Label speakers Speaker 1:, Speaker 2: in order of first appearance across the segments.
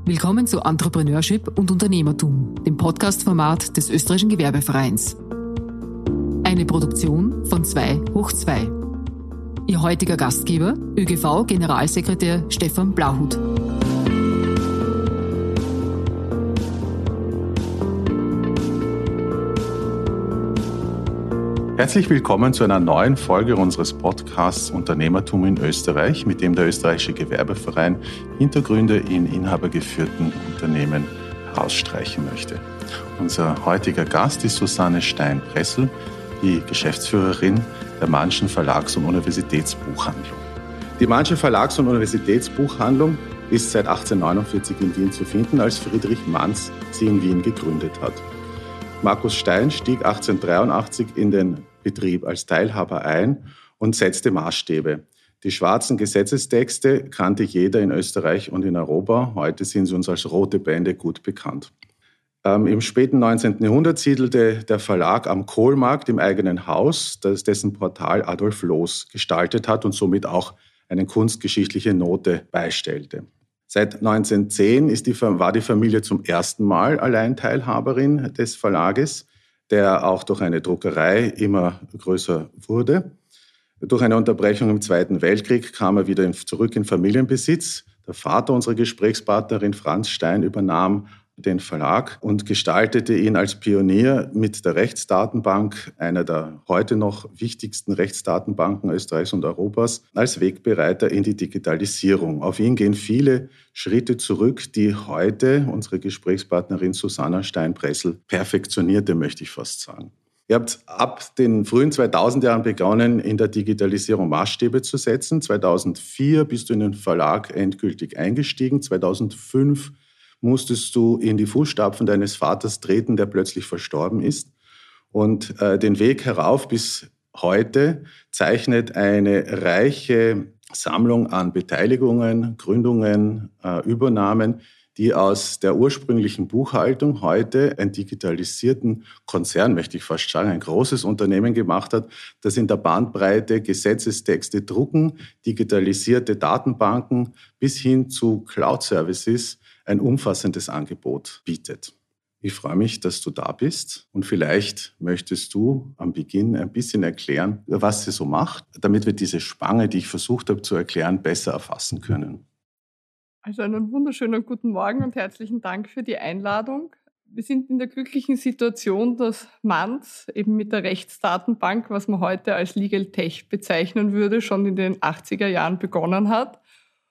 Speaker 1: Willkommen zu Entrepreneurship und Unternehmertum, dem Podcast-Format des Österreichischen Gewerbevereins. Eine Produktion von 2hoch2. Ihr heutiger Gastgeber, ÖGV-Generalsekretär Stefan Blauhut.
Speaker 2: Herzlich willkommen zu einer neuen Folge unseres Podcasts Unternehmertum in Österreich, mit dem der Österreichische Gewerbeverein Hintergründe in inhabergeführten Unternehmen herausstreichen möchte. Unser heutiger Gast ist Susanne Stein-Pressl, die Geschäftsführerin der Mannschen Verlags- und Universitätsbuchhandlung. Die Mannsche Verlags- und Universitätsbuchhandlung ist seit 1849 in Wien zu finden, als Friedrich Manz sie in Wien gegründet hat. Markus Stein stieg 1883 in den Betrieb als Teilhaber ein und setzte Maßstäbe. Die schwarzen Gesetzestexte kannte jeder in Österreich und in Europa. Heute sind sie uns als rote Bände gut bekannt. Im späten 19. Jahrhundert siedelte der Verlag am Kohlmarkt im eigenen Haus, dessen Portal Adolf Loos gestaltet hat und somit auch eine kunstgeschichtliche Note beistellte. Seit 1910 war die Familie zum ersten Mal Alleinteilhaberin des Verlages, der auch durch eine Druckerei immer größer wurde. Durch eine Unterbrechung im Zweiten Weltkrieg kam er wieder zurück in Familienbesitz. Der Vater unserer Gesprächspartnerin, Franz Stein, übernahm den Verlag und gestaltete ihn als Pionier mit der Rechtsdatenbank, einer der heute noch wichtigsten Rechtsdatenbanken Österreichs und Europas, als Wegbereiter in die Digitalisierung. Auf ihn gehen viele Schritte zurück, die heute unsere Gesprächspartnerin Susanne Stein-Pressl perfektionierte, möchte ich fast sagen. Ihr habt ab den frühen 2000er Jahren begonnen, in der Digitalisierung Maßstäbe zu setzen. 2004 bist du in den Verlag endgültig eingestiegen. 2005 musstest du in die Fußstapfen deines Vaters treten, der plötzlich verstorben ist. Und den Weg herauf bis heute zeichnet eine reiche Sammlung an Beteiligungen, Gründungen, Übernahmen, die aus der ursprünglichen Buchhaltung heute einen digitalisierten Konzern, möchte ich fast sagen, ein großes Unternehmen gemacht hat, das in der Bandbreite Gesetzestexte drucken, digitalisierte Datenbanken bis hin zu Cloud-Services ein umfassendes Angebot bietet. Ich freue mich, dass du da bist und vielleicht möchtest du am Beginn ein bisschen erklären, was sie so macht, damit wir diese Spanne, die ich versucht habe zu erklären, besser erfassen können.
Speaker 3: Also einen wunderschönen guten Morgen und herzlichen Dank für die Einladung. Wir sind in der glücklichen Situation, dass Manz eben mit der Rechtsdatenbank, was man heute als Legal Tech bezeichnen würde, schon in den 80er Jahren begonnen hat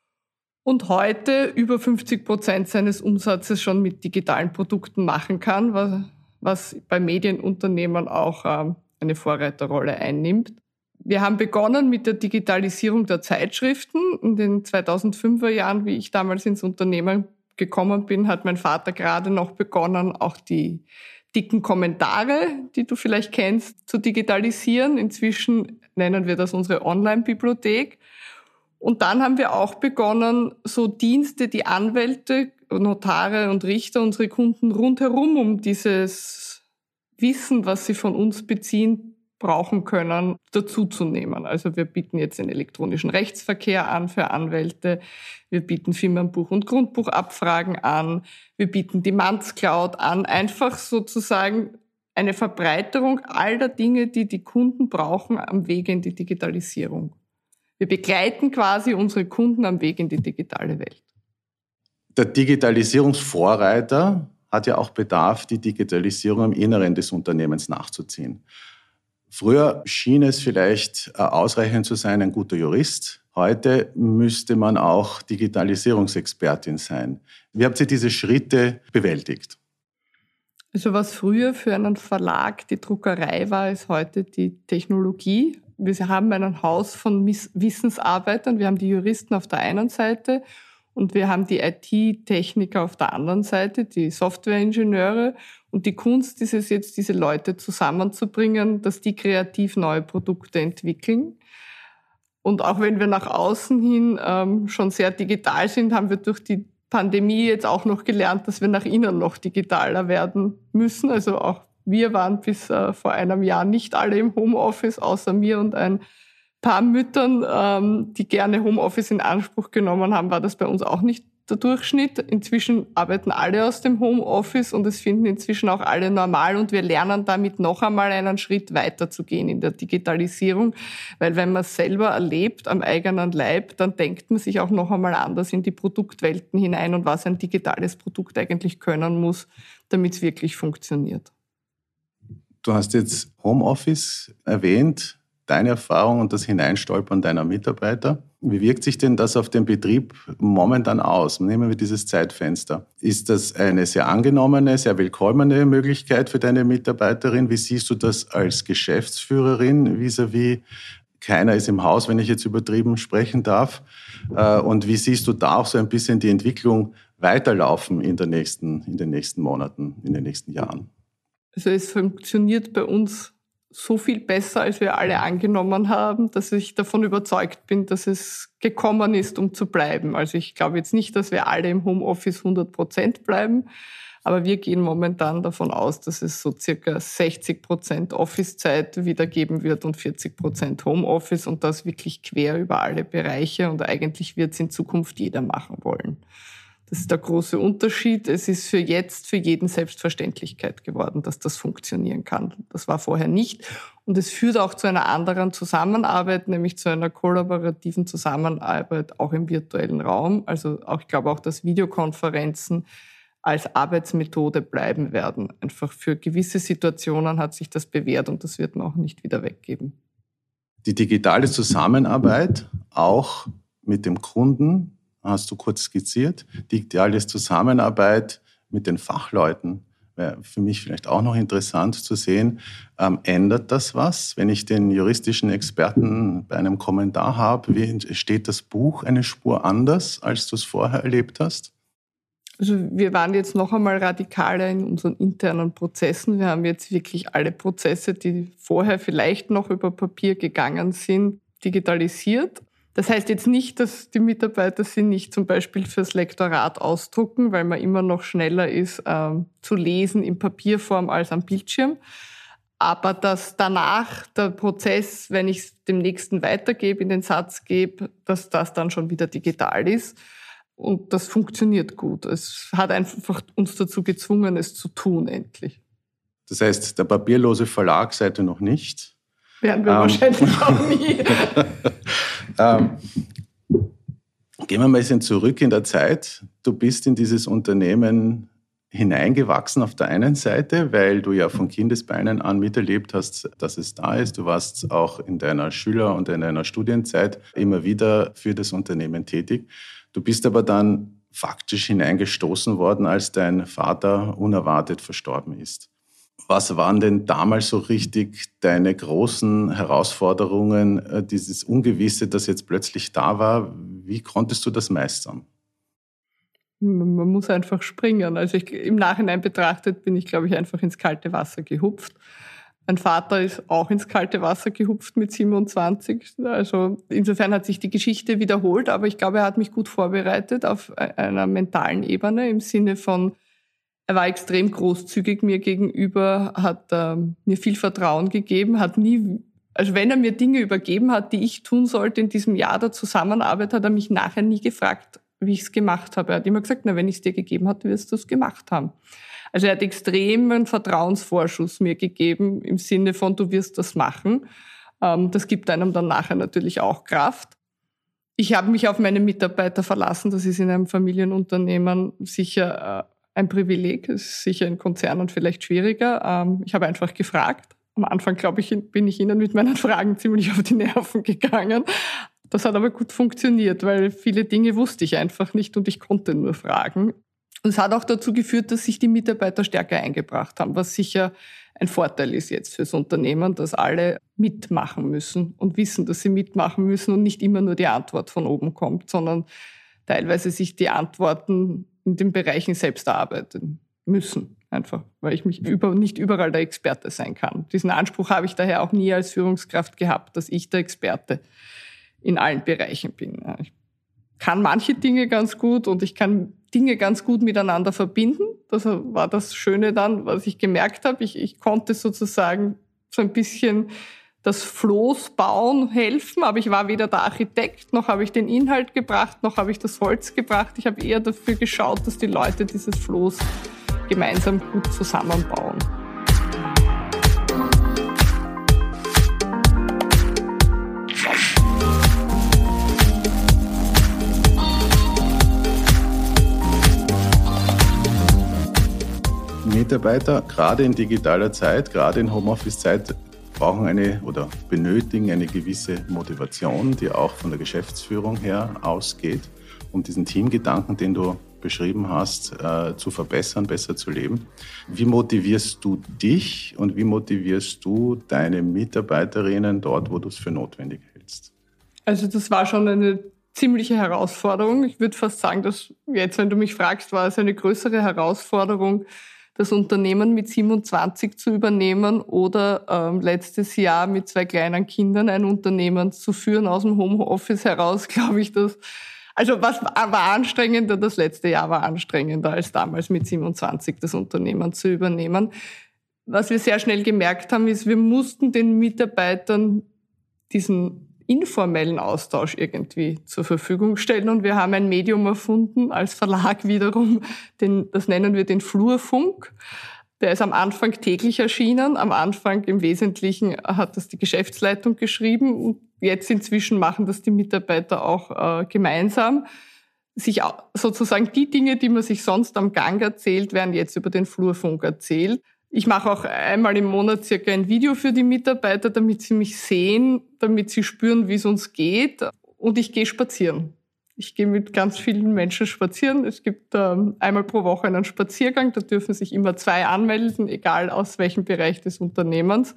Speaker 3: und heute über 50% seines Umsatzes schon mit digitalen Produkten machen kann, was bei Medienunternehmen auch eine Vorreiterrolle einnimmt. Wir haben begonnen mit der Digitalisierung der Zeitschriften. In den 2005er Jahren, wie ich damals ins Unternehmen gekommen bin, hat mein Vater gerade noch begonnen, auch die dicken Kommentare, die du vielleicht kennst, zu digitalisieren. Inzwischen nennen wir das unsere Online-Bibliothek. Und dann haben wir auch begonnen, so Dienste, die Anwälte, Notare und Richter, unsere Kunden rundherum um dieses Wissen, was sie von uns beziehen, brauchen können, dazuzunehmen. Also wir bieten jetzt den elektronischen Rechtsverkehr an für Anwälte, wir bieten Firmenbuch- und Grundbuchabfragen an, wir bieten die Manz Cloud an, einfach sozusagen eine Verbreiterung all der Dinge, die die Kunden brauchen am Wege in die Digitalisierung. Wir begleiten quasi unsere Kunden am Weg in die digitale Welt.
Speaker 2: Der Digitalisierungsvorreiter hat ja auch Bedarf, die Digitalisierung im Inneren des Unternehmens nachzuziehen. Früher schien es vielleicht ausreichend zu sein, ein guter Jurist. Heute müsste man auch Digitalisierungsexpertin sein. Wie habt ihr diese Schritte bewältigt?
Speaker 3: Also was früher für einen Verlag die Druckerei war, ist heute die Technologie. Wir haben ein Haus von Wissensarbeitern. Wir haben die Juristen auf der einen Seite und wir haben die IT-Techniker auf der anderen Seite, die Softwareingenieure. Und die Kunst ist es jetzt, diese Leute zusammenzubringen, dass die kreativ neue Produkte entwickeln. Und auch wenn wir nach außen hin schon sehr digital sind, haben wir durch die Pandemie jetzt auch noch gelernt, dass wir nach innen noch digitaler werden müssen. Also auch wir waren bis vor einem Jahr nicht alle im Homeoffice, außer mir und ein paar Müttern, die gerne Homeoffice in Anspruch genommen haben, war das bei uns auch nicht der Durchschnitt. Inzwischen arbeiten alle aus dem Homeoffice und es finden inzwischen auch alle normal und wir lernen damit noch einmal einen Schritt weiter zu gehen in der Digitalisierung, weil wenn man es selber erlebt am eigenen Leib, dann denkt man sich auch noch einmal anders in die Produktwelten hinein und was ein digitales Produkt eigentlich können muss, damit es wirklich funktioniert.
Speaker 2: Du hast jetzt Homeoffice erwähnt, deine Erfahrung und das Hineinstolpern deiner Mitarbeiter. Wie wirkt sich denn das auf den Betrieb momentan aus? Nehmen wir dieses Zeitfenster. Ist das eine sehr angenommene, sehr willkommene Möglichkeit für deine Mitarbeiterin? Wie siehst du das als Geschäftsführerin vis-à-vis keiner ist im Haus, wenn ich jetzt übertrieben sprechen darf? Und wie siehst du da auch so ein bisschen die Entwicklung weiterlaufen in den nächsten Monaten, in den nächsten Jahren?
Speaker 3: Also es funktioniert bei uns so viel besser, als wir alle angenommen haben, dass ich davon überzeugt bin, dass es gekommen ist, um zu bleiben. Also ich glaube jetzt nicht, dass wir alle im Homeoffice 100% bleiben, aber wir gehen momentan davon aus, dass es so circa 60% Office-Zeit wieder geben wird und 40% Homeoffice und das wirklich quer über alle Bereiche und eigentlich wird es in Zukunft jeder machen wollen. Das ist der große Unterschied. Es ist für jeden Selbstverständlichkeit geworden, dass das funktionieren kann. Das war vorher nicht. Und es führt auch zu einer anderen Zusammenarbeit, nämlich zu einer kollaborativen Zusammenarbeit auch im virtuellen Raum. Also ich glaube auch, dass Videokonferenzen als Arbeitsmethode bleiben werden. Einfach für gewisse Situationen hat sich das bewährt und das wird man auch nicht wieder weggeben.
Speaker 2: Die digitale Zusammenarbeit auch mit dem Kunden, hast du kurz skizziert. Digitale Zusammenarbeit mit den Fachleuten wäre für mich vielleicht auch noch interessant zu sehen. Ändert das was, wenn ich den juristischen Experten bei einem Kommentar habe? Wie steht das Buch eine Spur anders, als du es vorher erlebt hast?
Speaker 3: Also wir waren jetzt noch einmal radikaler in unseren internen Prozessen. Wir haben jetzt wirklich alle Prozesse, die vorher vielleicht noch über Papier gegangen sind, digitalisiert. Das heißt jetzt nicht, dass die Mitarbeiter sie nicht zum Beispiel fürs Lektorat ausdrucken, weil man immer noch schneller ist zu lesen in Papierform als am Bildschirm. Aber dass danach der Prozess, wenn ich es dem Nächsten weitergebe, in den Satz gebe, dass das dann schon wieder digital ist. Und das funktioniert gut. Es hat einfach uns dazu gezwungen, es zu tun, endlich.
Speaker 2: Das heißt, der papierlose Verlag seid ihr noch nicht?
Speaker 3: Werden wir wahrscheinlich auch nie.
Speaker 2: Gehen wir mal ein bisschen zurück in der Zeit. Du bist in dieses Unternehmen hineingewachsen auf der einen Seite, weil du ja von Kindesbeinen an miterlebt hast, dass es da ist. Du warst auch in deiner Schüler- und in deiner Studienzeit immer wieder für das Unternehmen tätig. Du bist aber dann faktisch hineingestoßen worden, als dein Vater unerwartet verstorben ist. Was waren denn damals so richtig deine großen Herausforderungen, dieses Ungewisse, das jetzt plötzlich da war? Wie konntest du das meistern?
Speaker 3: Man muss einfach springen. Also im Nachhinein betrachtet bin ich, glaube ich, einfach ins kalte Wasser gehupft. Mein Vater ist auch ins kalte Wasser gehupft mit 27. Also insofern hat sich die Geschichte wiederholt, aber ich glaube, er hat mich gut vorbereitet auf einer mentalen Ebene im Sinne von, er war extrem großzügig mir gegenüber, hat mir viel Vertrauen gegeben, hat nie, also wenn er mir Dinge übergeben hat, die ich tun sollte in diesem Jahr der Zusammenarbeit, hat er mich nachher nie gefragt, wie ich es gemacht habe. Er hat immer gesagt, wenn ich es dir gegeben habe, wirst du es gemacht haben. Also er hat extremen Vertrauensvorschuss mir gegeben im Sinne von, du wirst das machen. Das gibt einem dann nachher natürlich auch Kraft. Ich habe mich auf meine Mitarbeiter verlassen. Das ist in einem Familienunternehmen sicher ein Privileg. Das ist sicher in Konzernen vielleicht schwieriger. Ich habe einfach gefragt. Am Anfang, glaube ich, bin ich ihnen mit meinen Fragen ziemlich auf die Nerven gegangen. Das hat aber gut funktioniert, weil viele Dinge wusste ich einfach nicht und ich konnte nur fragen. Und es hat auch dazu geführt, dass sich die Mitarbeiter stärker eingebracht haben, was sicher ein Vorteil ist jetzt fürs Unternehmen, dass alle mitmachen müssen und wissen, dass sie mitmachen müssen und nicht immer nur die Antwort von oben kommt, sondern teilweise sich die Antworten in den Bereichen selbst erarbeiten müssen. Einfach, weil ich nicht überall der Experte sein kann. Diesen Anspruch habe ich daher auch nie als Führungskraft gehabt, dass ich der Experte in allen Bereichen bin. Ich kann manche Dinge ganz gut und ich kann Dinge ganz gut miteinander verbinden. Das war das Schöne dann, was ich gemerkt habe. Ich konnte sozusagen so ein bisschen das Floß bauen helfen, aber ich war weder der Architekt, noch habe ich den Inhalt gebracht, noch habe ich das Holz gebracht. Ich habe eher dafür geschaut, dass die Leute dieses Floß gemeinsam gut zusammenbauen.
Speaker 2: Mitarbeiter, gerade in digitaler Zeit, gerade in Homeoffice-Zeit, brauchen benötigen eine gewisse Motivation, die auch von der Geschäftsführung her ausgeht, um diesen Teamgedanken, den du beschrieben hast, zu verbessern, besser zu leben. Wie motivierst du dich und wie motivierst du deine Mitarbeiterinnen dort, wo du es für notwendig hältst?
Speaker 3: Also das war schon eine ziemliche Herausforderung. Ich würde fast sagen, dass jetzt, wenn du mich fragst, war es eine größere Herausforderung, das Unternehmen mit 27 zu übernehmen oder letztes Jahr mit 2 kleinen Kindern ein Unternehmen zu führen aus dem Homeoffice heraus, glaube ich, was war anstrengender? Das letzte Jahr war anstrengender als damals mit 27 das Unternehmen zu übernehmen. Was wir sehr schnell gemerkt haben, ist, wir mussten den Mitarbeitern diesen informellen Austausch irgendwie zur Verfügung stellen. Und wir haben ein Medium erfunden, als Verlag wiederum, das nennen wir den Flurfunk. Der ist am Anfang täglich erschienen. Am Anfang im Wesentlichen hat das die Geschäftsleitung geschrieben. Und jetzt inzwischen machen das die Mitarbeiter auch gemeinsam. Sich sozusagen die Dinge, die man sich sonst am Gang erzählt, werden jetzt über den Flurfunk erzählt. Ich mache auch einmal im Monat circa ein Video für die Mitarbeiter, damit sie mich sehen, damit sie spüren, wie es uns geht. Und ich gehe spazieren. Ich gehe mit ganz vielen Menschen spazieren. Es gibt einmal pro Woche einen Spaziergang. Da dürfen sich immer 2 anmelden, egal aus welchem Bereich des Unternehmens,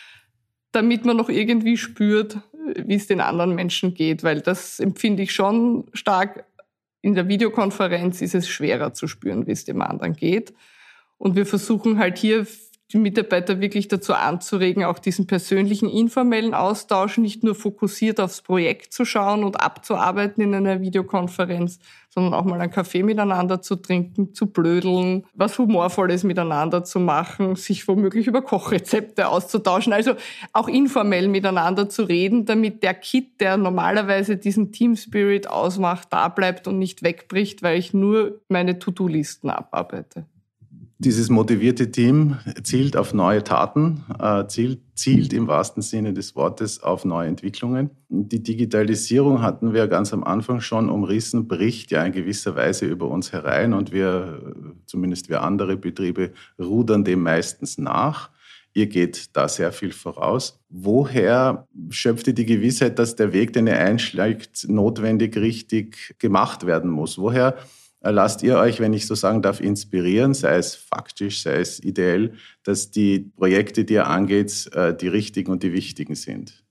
Speaker 3: damit man noch irgendwie spürt, wie es den anderen Menschen geht. Weil das empfinde ich schon stark. In der Videokonferenz ist es schwerer zu spüren, wie es dem anderen geht. Und wir versuchen halt hier die Mitarbeiter wirklich dazu anzuregen, auch diesen persönlichen, informellen Austausch nicht nur fokussiert aufs Projekt zu schauen und abzuarbeiten in einer Videokonferenz, sondern auch mal einen Kaffee miteinander zu trinken, zu blödeln, was Humorvolles miteinander zu machen, sich womöglich über Kochrezepte auszutauschen. Also auch informell miteinander zu reden, damit der Kit, der normalerweise diesen Team Spirit ausmacht, da bleibt und nicht wegbricht, weil ich nur meine To-Do-Listen abarbeite.
Speaker 2: Dieses motivierte Team zielt auf neue Taten, zielt im wahrsten Sinne des Wortes auf neue Entwicklungen. Die Digitalisierung hatten wir ganz am Anfang schon umrissen, bricht ja in gewisser Weise über uns herein und zumindest wir andere Betriebe, rudern dem meistens nach. Ihr geht da sehr viel voraus. Woher schöpft ihr die Gewissheit, dass der Weg, den ihr einschlägt, notwendig richtig gemacht werden muss? Woher lasst ihr euch, wenn ich so sagen darf, inspirieren, sei es faktisch, sei es ideell, dass die Projekte, die ihr angeht, die richtigen und die wichtigen sind?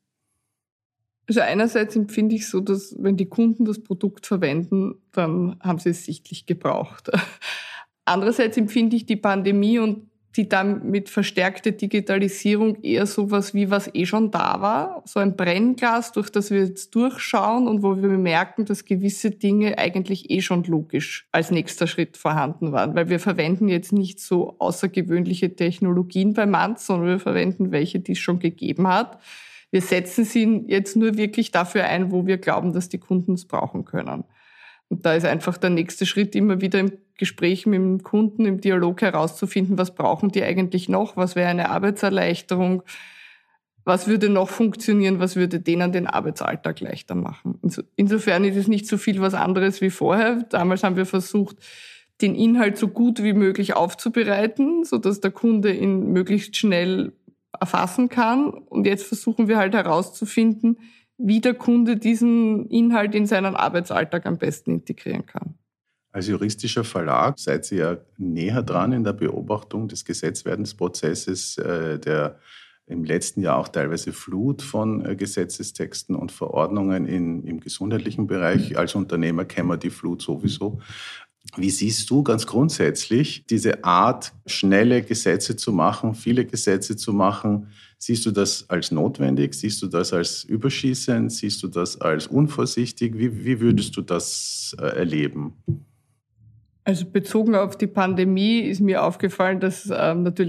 Speaker 3: Also einerseits empfinde ich so, dass wenn die Kunden das Produkt verwenden, dann haben sie es sichtlich gebraucht. Andererseits empfinde ich die Pandemie und die damit verstärkte Digitalisierung eher sowas wie was schon da war, so ein Brennglas, durch das wir jetzt durchschauen und wo wir merken, dass gewisse Dinge eigentlich schon logisch als nächster Schritt vorhanden waren, weil wir verwenden jetzt nicht so außergewöhnliche Technologien bei Manz, sondern wir verwenden welche, die es schon gegeben hat. Wir setzen sie jetzt nur wirklich dafür ein, wo wir glauben, dass die Kunden es brauchen können. Und da ist einfach der nächste Schritt, immer wieder im Gespräch mit dem Kunden, im Dialog herauszufinden, was brauchen die eigentlich noch, was wäre eine Arbeitserleichterung, was würde noch funktionieren, was würde denen den Arbeitsalltag leichter machen. Insofern ist es nicht so viel was anderes wie vorher. Damals haben wir versucht, den Inhalt so gut wie möglich aufzubereiten, sodass der Kunde ihn möglichst schnell erfassen kann. Und jetzt versuchen wir halt herauszufinden, wie der Kunde diesen Inhalt in seinen Arbeitsalltag am besten integrieren kann.
Speaker 2: Als juristischer Verlag seid ihr ja näher dran in der Beobachtung des Gesetzwerdensprozesses, der im letzten Jahr auch teilweise Flut von Gesetzestexten und Verordnungen im gesundheitlichen Bereich. Als Unternehmer kennen wir die Flut sowieso. Wie siehst du ganz grundsätzlich diese Art, schnelle Gesetze zu machen, viele Gesetze zu machen? Siehst du das als notwendig? Siehst du das als überschießend? Siehst du das als unvorsichtig? Wie würdest du das erleben? Also
Speaker 3: bezogen auf die Pandemie ist mir aufgefallen, dass natürlich die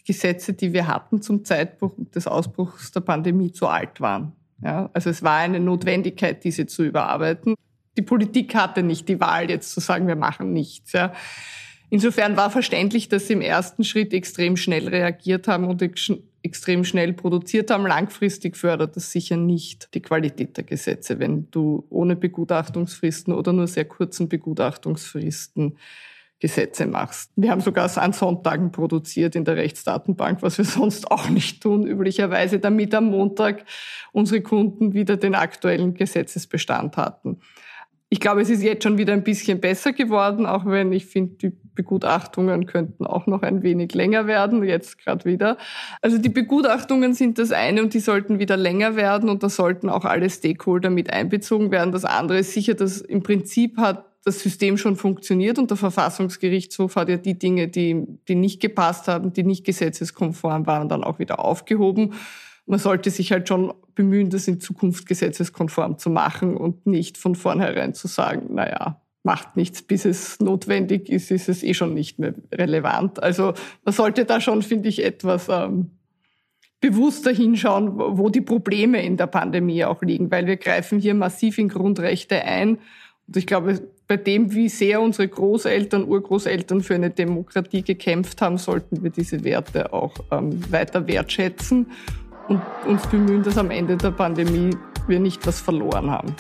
Speaker 3: Gesetze, die wir hatten zum Zeitpunkt des Ausbruchs der Pandemie, zu alt waren. Ja, also es war eine Notwendigkeit, diese zu überarbeiten. Die Politik hatte nicht die Wahl, jetzt zu sagen, wir machen nichts. Ja. Insofern war verständlich, dass sie im ersten Schritt extrem schnell reagiert haben und extrem schnell produziert haben. Langfristig fördert das sicher nicht die Qualität der Gesetze, wenn du ohne Begutachtungsfristen oder nur sehr kurzen Begutachtungsfristen Gesetze machst. Wir haben sogar an Sonntagen produziert in der Rechtsdatenbank, was wir sonst auch nicht tun, üblicherweise, damit am Montag unsere Kunden wieder den aktuellen Gesetzesbestand hatten. Ich glaube, es ist jetzt schon wieder ein bisschen besser geworden, auch wenn ich finde, die Begutachtungen könnten auch noch ein wenig länger werden, jetzt gerade wieder. Also die Begutachtungen sind das eine und die sollten wieder länger werden und da sollten auch alle Stakeholder mit einbezogen werden. Das andere ist sicher, dass im Prinzip hat das System schon funktioniert und der Verfassungsgerichtshof hat ja die Dinge, die nicht gepasst haben, die nicht gesetzeskonform waren, dann auch wieder aufgehoben. Man sollte sich halt schon bemühen, das in Zukunft gesetzeskonform zu machen und nicht von vornherein zu sagen, naja, macht nichts, bis es notwendig ist es eh schon nicht mehr relevant. Also man sollte da schon, finde ich, etwas bewusster hinschauen, wo die Probleme in der Pandemie auch liegen, weil wir greifen hier massiv in Grundrechte ein. Und ich glaube, bei dem, wie sehr unsere Großeltern, Urgroßeltern für eine Demokratie gekämpft haben, sollten wir diese Werte auch weiter wertschätzen und uns bemühen, dass am Ende der Pandemie wir nicht was verloren haben.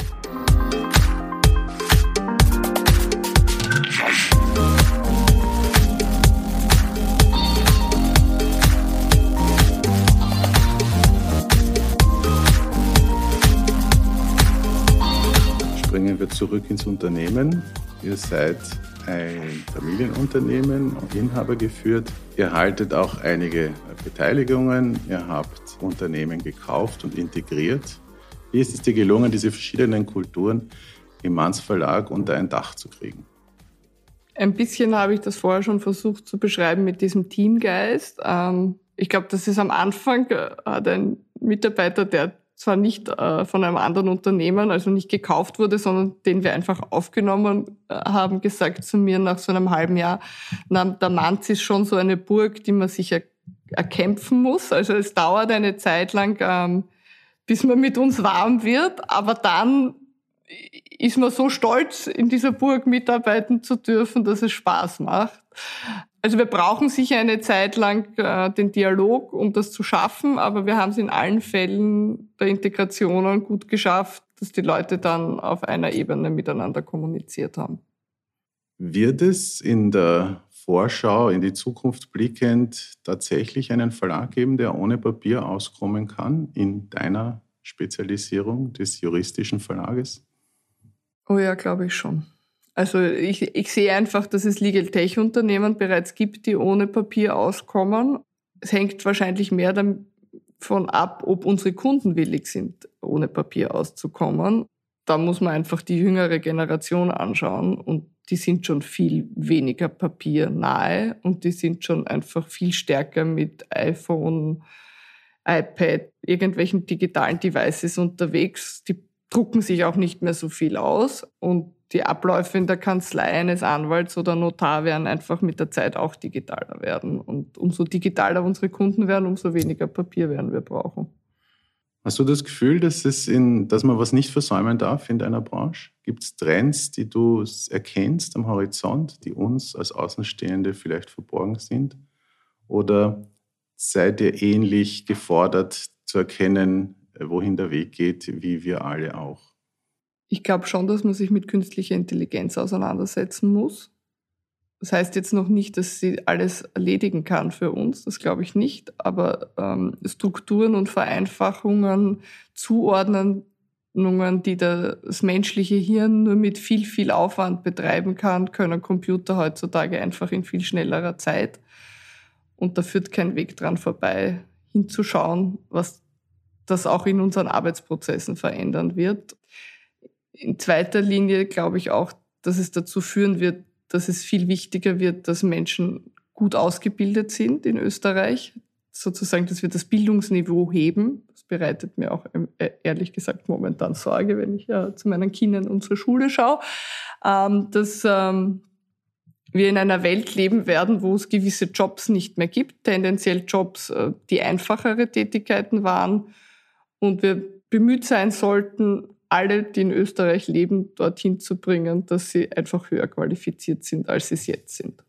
Speaker 2: Springen wir zurück ins Unternehmen. Ihr seid ein Familienunternehmen, Inhaber geführt. Ihr haltet auch einige Beteiligungen. Ihr habt Unternehmen gekauft und integriert. Wie ist es dir gelungen, diese verschiedenen Kulturen im Manns Verlag unter ein Dach zu kriegen?
Speaker 3: Ein bisschen habe ich das vorher schon versucht zu beschreiben mit diesem Teamgeist. Ich glaube, das ist am Anfang, hat ein Mitarbeiter, der zwar nicht von einem anderen Unternehmen, also nicht gekauft wurde, sondern den wir einfach aufgenommen haben, gesagt zu mir nach so einem halben Jahr, na, der Manz ist schon so eine Burg, die man sich erkämpfen muss. Also es dauert eine Zeit lang, bis man mit uns warm wird, aber dann ist man so stolz, in dieser Burg mitarbeiten zu dürfen, dass es Spaß macht. Also wir brauchen sicher eine Zeit lang den Dialog, um das zu schaffen, aber wir haben es in allen Fällen der Integrationen gut geschafft, dass die Leute dann auf einer Ebene miteinander kommuniziert haben.
Speaker 2: Wird es in der Vorschau, in die Zukunft blickend, tatsächlich einen Verlag geben, der ohne Papier auskommen kann, in deiner Spezialisierung des juristischen Verlages?
Speaker 3: Oh ja, glaube ich schon. Also ich sehe einfach, dass es Legal Tech Unternehmen bereits gibt, die ohne Papier auskommen. Es hängt wahrscheinlich mehr davon ab, ob unsere Kunden willig sind, ohne Papier auszukommen. Da muss man einfach die jüngere Generation anschauen und die sind schon viel weniger papiernahe und die sind schon einfach viel stärker mit iPhone, iPad, irgendwelchen digitalen Devices unterwegs. Die drucken sich auch nicht mehr so viel aus und die Abläufe in der Kanzlei eines Anwalts oder Notar werden einfach mit der Zeit auch digitaler werden. Und umso digitaler unsere Kunden werden, umso weniger Papier werden wir brauchen.
Speaker 2: Hast du das Gefühl, dass man was nicht versäumen darf in deiner Branche? Gibt es Trends, die du erkennst am Horizont, die uns als Außenstehende vielleicht verborgen sind? Oder seid ihr ähnlich gefordert zu erkennen, wohin der Weg geht, wie wir alle auch?
Speaker 3: Ich glaube schon, dass man sich mit künstlicher Intelligenz auseinandersetzen muss. Das heißt jetzt noch nicht, dass sie alles erledigen kann für uns, das glaube ich nicht. Aber Strukturen und Vereinfachungen, Zuordnungen, die das menschliche Hirn nur mit viel, viel Aufwand betreiben kann, können Computer heutzutage einfach in viel schnellerer Zeit. Und da führt kein Weg dran vorbei, hinzuschauen, was das auch in unseren Arbeitsprozessen verändern wird. In zweiter Linie glaube ich auch, dass es dazu führen wird, dass es viel wichtiger wird, dass Menschen gut ausgebildet sind in Österreich. Sozusagen, dass wir das Bildungsniveau heben. Das bereitet mir auch ehrlich gesagt momentan Sorge, wenn ich zu meinen Kindern in unsere Schule schaue. Dass wir in einer Welt leben werden, wo es gewisse Jobs nicht mehr gibt, tendenziell Jobs, die einfachere Tätigkeiten waren, und wir bemüht sein sollten, alle, die in Österreich leben, dorthin zu bringen, dass sie einfach höher qualifiziert sind, als sie es jetzt sind.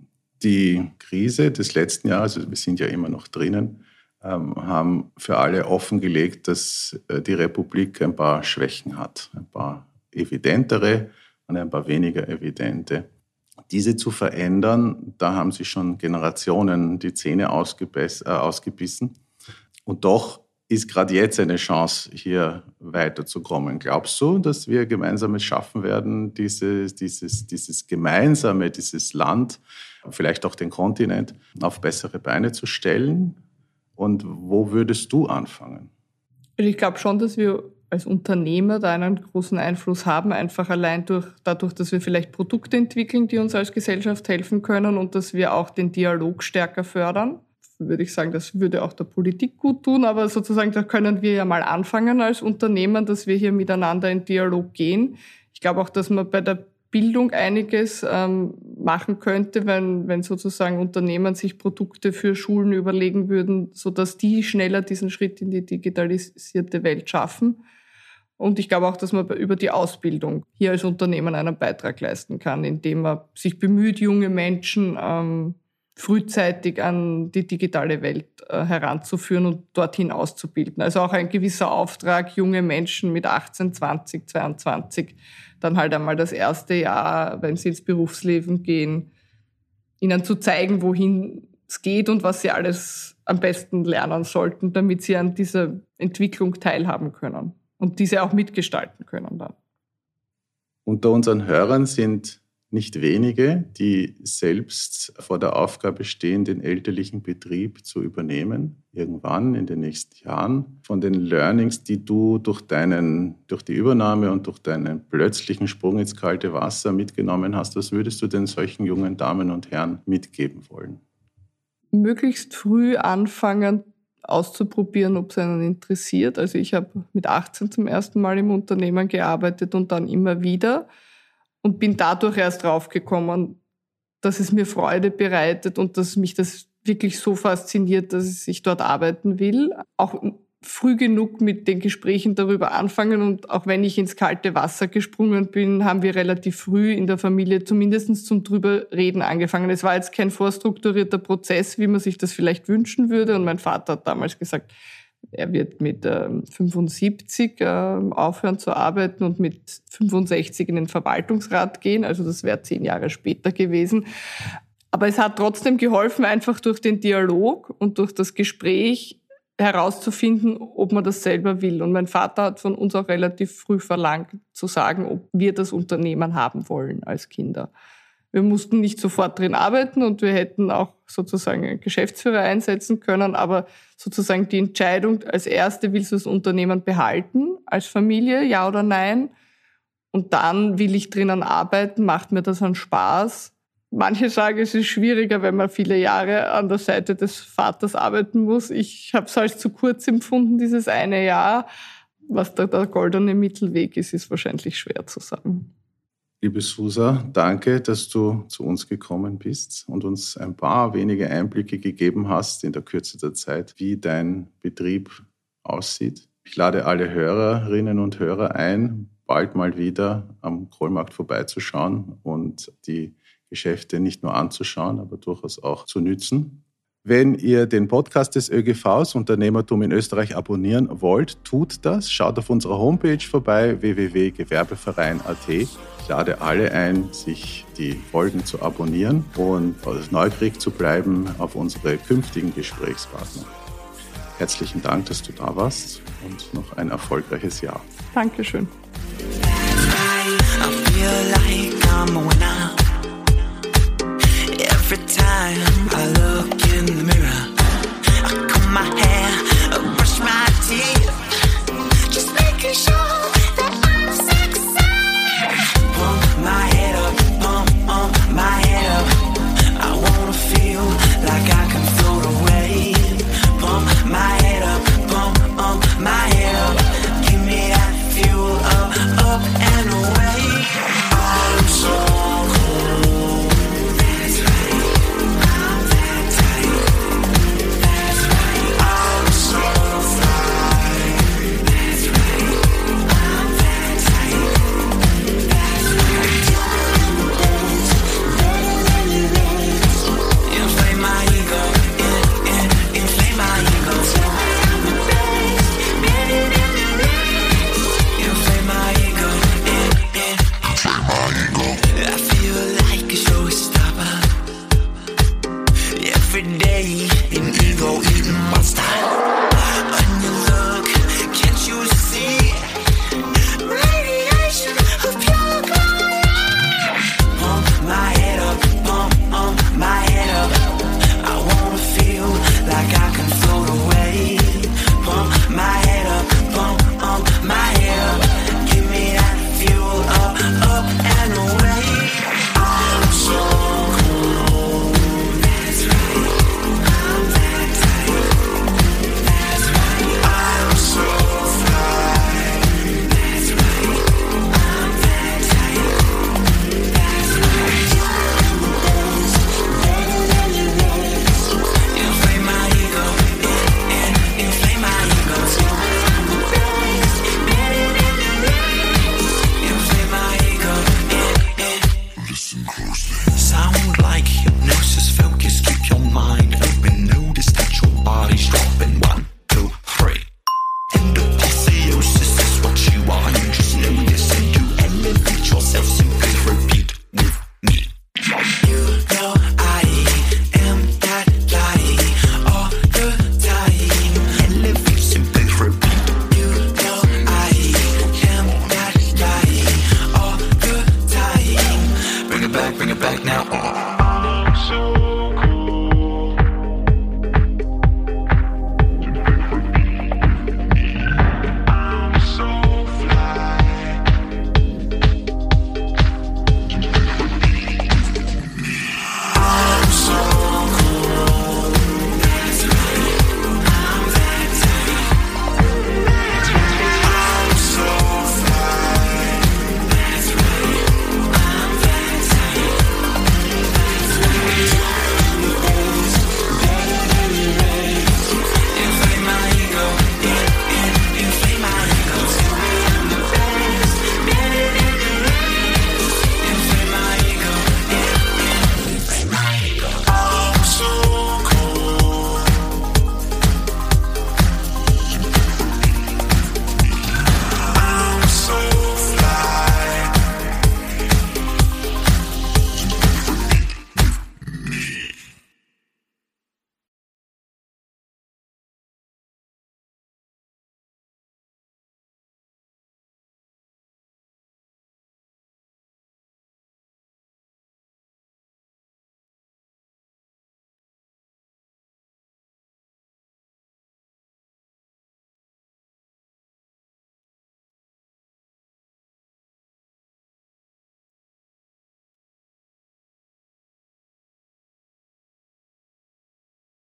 Speaker 2: Die Krise des letzten Jahres, also wir sind ja immer noch drinnen, haben für alle offengelegt, dass die Republik ein paar Schwächen hat, ein paar evidentere und ein paar weniger evidente. Diese zu verändern, da haben sich schon Generationen die Zähne ausgebissen. Und doch ist gerade jetzt eine Chance, hier weiterzukommen. Glaubst du, dass wir gemeinsam es schaffen werden, dieses Gemeinsame, dieses Land, vielleicht auch den Kontinent, auf bessere Beine zu stellen? Und wo würdest du anfangen?
Speaker 3: Ich glaube schon, dass wir als Unternehmer da einen großen Einfluss haben, einfach allein dadurch, dass wir vielleicht Produkte entwickeln, die uns als Gesellschaft helfen können, und dass wir auch den Dialog stärker fördern. Würde ich sagen, das würde auch der Politik gut tun, aber sozusagen, da können wir ja mal anfangen als Unternehmen, dass wir hier miteinander in Dialog gehen. Ich glaube auch, dass man bei der Bildung einiges machen könnte, wenn sozusagen Unternehmen sich Produkte für Schulen überlegen würden, sodass die schneller diesen Schritt in die digitalisierte Welt schaffen. Und ich glaube auch, dass man über die Ausbildung hier als Unternehmen einen Beitrag leisten kann, indem man sich bemüht, junge Menschen frühzeitig an die digitale Welt heranzuführen und dorthin auszubilden. Also auch ein gewisser Auftrag, junge Menschen mit 18, 20, 22, dann halt einmal das erste Jahr, wenn sie ins Berufsleben gehen, ihnen zu zeigen, wohin es geht und was sie alles am besten lernen sollten, damit sie an dieser Entwicklung teilhaben können und diese auch mitgestalten können dann.
Speaker 2: Unter unseren Hörern sind nicht wenige, die selbst vor der Aufgabe stehen, den elterlichen Betrieb zu übernehmen, irgendwann in den nächsten Jahren. Von den Learnings, die du durch die Übernahme und durch deinen plötzlichen Sprung ins kalte Wasser mitgenommen hast, was würdest du denn solchen jungen Damen und Herren mitgeben wollen?
Speaker 3: Möglichst früh anfangen, auszuprobieren, ob es einen interessiert. Also ich habe mit 18 zum ersten Mal im Unternehmen gearbeitet und dann immer wieder. Und bin dadurch erst draufgekommen, dass es mir Freude bereitet und dass mich das wirklich so fasziniert, dass ich dort arbeiten will. Auch früh genug mit den Gesprächen darüber anfangen. Und auch wenn ich ins kalte Wasser gesprungen bin, haben wir relativ früh in der Familie zumindest zum Drüberreden angefangen. Es war jetzt kein vorstrukturierter Prozess, wie man sich das vielleicht wünschen würde. Und mein Vater hat damals gesagt, er wird mit 75 aufhören zu arbeiten und mit 65 in den Verwaltungsrat gehen. Also das wäre 10 Jahre später gewesen. Aber es hat trotzdem geholfen, einfach durch den Dialog und durch das Gespräch herauszufinden, ob man das selber will. Und mein Vater hat von uns auch relativ früh verlangt, zu sagen, ob wir das Unternehmen haben wollen als Kinder. Wir mussten nicht sofort drin arbeiten und wir hätten auch sozusagen einen Geschäftsführer einsetzen können, aber sozusagen die Entscheidung als erste, willst du das Unternehmen behalten als Familie, ja oder nein? Und dann will ich drinnen arbeiten, macht mir das einen Spaß? Manche sagen, es ist schwieriger, wenn man viele Jahre an der Seite des Vaters arbeiten muss. Ich habe es als zu kurz empfunden, dieses eine Jahr. Was da der goldene Mittelweg ist, ist wahrscheinlich schwer zu sagen.
Speaker 2: Liebe Susa, danke, dass du zu uns gekommen bist und uns ein paar wenige Einblicke gegeben hast in der Kürze der Zeit, wie dein Betrieb aussieht. Ich lade alle Hörerinnen und Hörer ein, bald mal wieder am Kohlmarkt vorbeizuschauen und die Geschäfte nicht nur anzuschauen, aber durchaus auch zu nützen. Wenn ihr den Podcast des ÖGVs Unternehmertum in Österreich abonnieren wollt, tut das. Schaut auf unserer Homepage vorbei, www.gewerbeverein.at. Ich lade alle ein, sich die Folgen zu abonnieren und neugierig zu bleiben auf unsere künftigen Gesprächspartner. Herzlichen Dank, dass du da warst und noch ein erfolgreiches Jahr.
Speaker 3: Dankeschön.